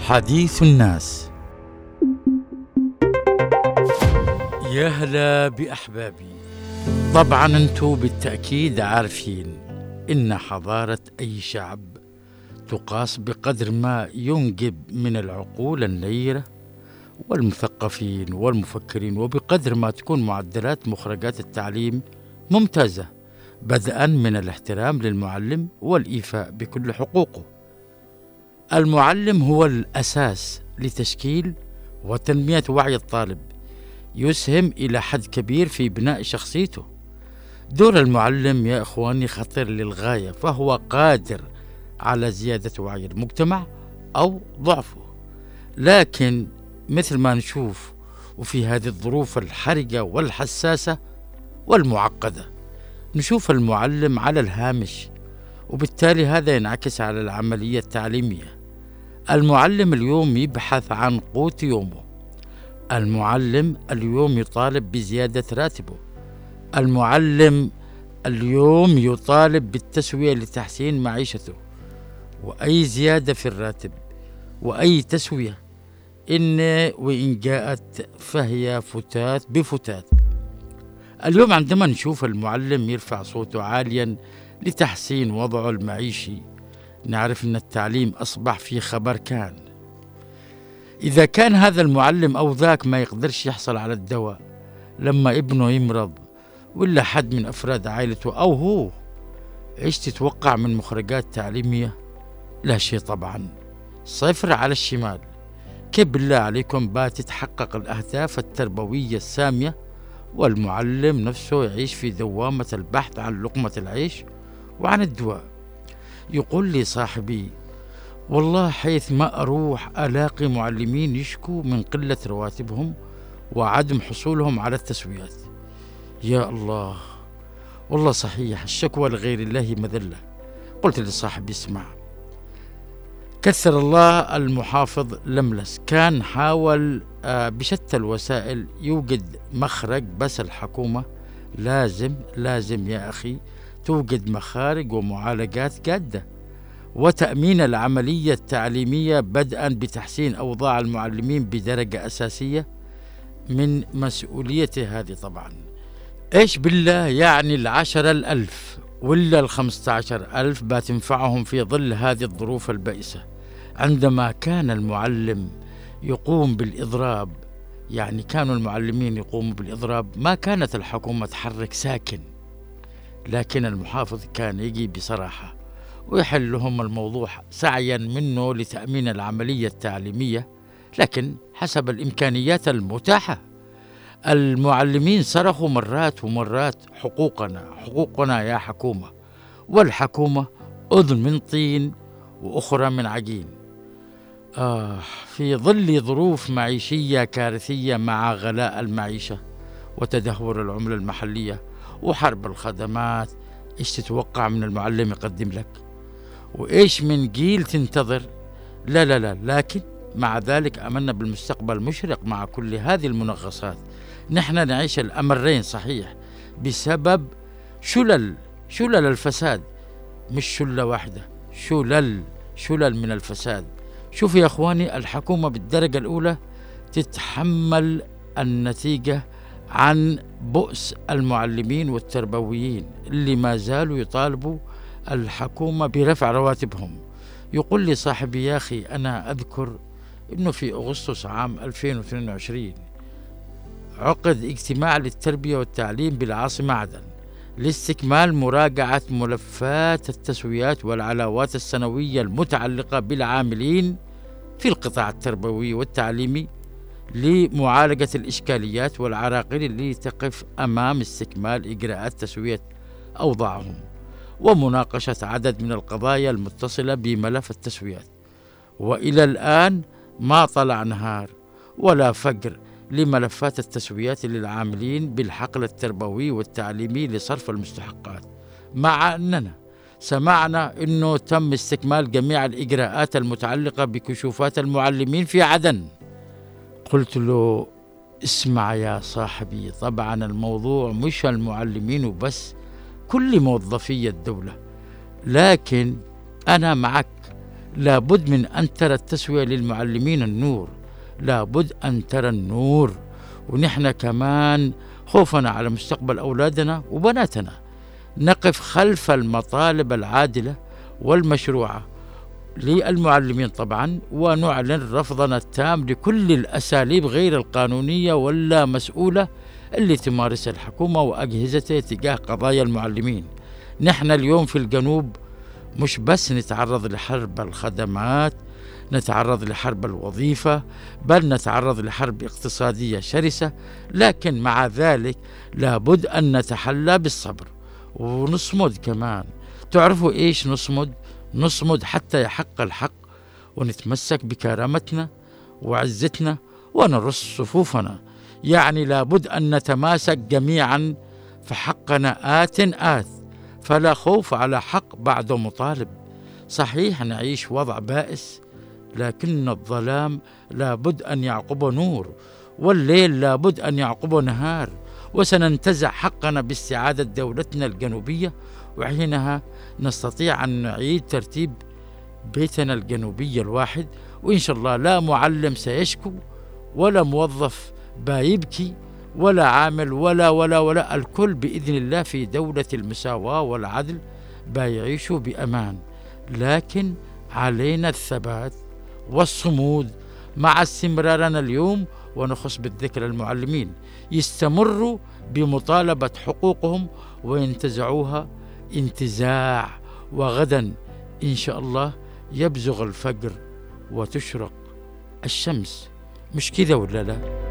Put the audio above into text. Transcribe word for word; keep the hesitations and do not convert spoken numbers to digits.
حديث الناس. يا هلا بأحبابي. طبعا انتو بالتأكيد عارفين إن حضارة أي شعب تقاس بقدر ما ينجب من العقول النيرة والمثقفين والمفكرين، وبقدر ما تكون معدلات مخرجات التعليم ممتازة، بدءا من الاحترام للمعلم والإيفاء بكل حقوقه. المعلم هو الأساس لتشكيل وتنمية وعي الطالب، يسهم إلى حد كبير في بناء شخصيته. دور المعلم يا إخواني خطير للغاية، فهو قادر على زيادة وعي المجتمع أو ضعفه. لكن مثل ما نشوف وفي هذه الظروف الحرجة والحساسة والمعقدة، نشوف المعلم على الهامش، وبالتالي هذا ينعكس على العملية التعليمية. المعلم اليوم يبحث عن قوت يومه، المعلم اليوم يطالب بزيادة راتبه، المعلم اليوم يطالب بالتسوية لتحسين معيشته، وأي زيادة في الراتب وأي تسوية إن وإن جاءت فهي فتات بفتات. اليوم عندما نشوف المعلم يرفع صوته عاليا لتحسين وضعه المعيشي، نعرف أن التعليم أصبح في خبر كان. إذا كان هذا المعلم أو ذاك ما يقدرش يحصل على الدواء لما ابنه يمرض ولا حد من أفراد عائلته أو هو، إيش تتوقع من مخرجات تعليمية؟ لا شيء طبعا، صفر على الشمال. كيف بالله عليكم بتتحقق الأهداف التربوية السامية والمعلم نفسه يعيش في دوامة البحث عن لقمة العيش وعن الدواء؟ يقول لي صاحبي: والله حيث ما أروح ألاقي معلمين يشكوا من قلة رواتبهم وعدم حصولهم على التسويات. يا الله، والله صحيح الشكوى لغير الله مذلة. قلت لصاحبي: اسمع، كثر الله المحافظ لملس كان حاول بشتى الوسائل يوجد مخرج، بس الحكومة لازم لازم يا أخي توجد مخارج ومعالجات جادة وتأمين العملية التعليمية، بدءا بتحسين أوضاع المعلمين بدرجة أساسية من مسؤوليته هذه. طبعا إيش بالله يعني العشرة الألف ولا الخمسة عشر ألف بتنفعهم في ظل هذه الظروف البائسة؟ عندما كان المعلم يقوم بالإضراب، يعني كانوا المعلمين يقوموا بالإضراب، ما كانت الحكومة تحرك ساكن، لكن المحافظ كان يجي بصراحة ويحل لهم الموضوع سعيا منه لتأمين العملية التعليمية، لكن حسب الإمكانيات المتاحة. المعلمين صرخوا مرات ومرات: حقوقنا حقوقنا يا حكومة، والحكومة أذن من طين وأخرى من عجين. آه في ظل ظروف معيشية كارثية مع غلاء المعيشة وتدهور العملة المحلية وحرب الخدمات، إيش تتوقع من المعلم يقدم لك؟ وإيش من جيل تنتظر؟ لا لا لا لكن مع ذلك أملنا بالمستقبل مشرق مع كل هذه المنغصات. نحن نعيش الأمرين صحيح بسبب شلل شلل الفساد، مش شلة واحدة، شلل شلل من الفساد. شوفوا يا أخواني، الحكومة بالدرجة الأولى تتحمل النتيجة عن بؤس المعلمين والتربويين اللي ما زالوا يطالبوا الحكومة برفع رواتبهم. يقول لي صاحبي: يا أخي أنا أذكر أنه في أغسطس عام ألفين واثنين وعشرين عقد اجتماع للتربية والتعليم بالعاصمة عدن لاستكمال مراجعة ملفات التسويات والعلاوات السنوية المتعلقة بالعاملين في القطاع التربوي والتعليمي لمعالجة الإشكاليات والعراقيل اللي تقف أمام استكمال إجراءات تسوية أوضاعهم ومناقشة عدد من القضايا المتصلة بملف التسويات. وإلى الآن ما طلع نهار ولا فجر لملفات التسويات للعاملين بالحقل التربوي والتعليمي لصرف المستحقات، مع أننا سمعنا أنه تم استكمال جميع الإجراءات المتعلقة بكشوفات المعلمين في عدن. قلت له: اسمع يا صاحبي، طبعا الموضوع مش المعلمين وبس، كل موظفي الدولة، لكن أنا معك لابد من أن ترى التسوية للمعلمين النور، لابد أن ترى النور. ونحن كمان خوفنا على مستقبل أولادنا وبناتنا نقف خلف المطالب العادلة والمشروعة للمعلمين طبعا، ونعلن رفضنا التام لكل الأساليب غير القانونية ولا مسؤولة اللي تمارسها الحكومة وأجهزتها تجاه قضايا المعلمين. نحن اليوم في الجنوب مش بس نتعرض لحرب الخدمات، نتعرض لحرب الوظيفة، بل نتعرض لحرب اقتصادية شرسة، لكن مع ذلك لابد أن نتحلى بالصبر ونصمد كمان. تعرفوا إيش نصمد؟ نصمد حتى يحق الحق، ونتمسك بكرامتنا وعزتنا ونرص صفوفنا. يعني لابد أن نتماسك جميعا، فحقنا آت آت، فلا خوف على حق بعد مطالب. صحيح نعيش وضع بائس، لكن الظلام لابد أن يعقبه نور، والليل لابد أن يعقبه نهار، وسننتزع حقنا باستعادة دولتنا الجنوبية، وحينها نستطيع أن نعيد ترتيب بيتنا الجنوبي الواحد. وإن شاء الله لا معلم سيشكو، ولا موظف بايبكي، ولا عامل ولا ولا ولا الكل بإذن الله في دولة المساواة والعدل بايعيشوا بأمان. لكن علينا الثبات والصمود مع استمرارنا اليوم، ونخص بالذكر المعلمين يستمروا بمطالبة حقوقهم وينتزعوها انتزاع، وغدا إن شاء الله يبزغ الفجر وتشرق الشمس. مش كده ولا لا؟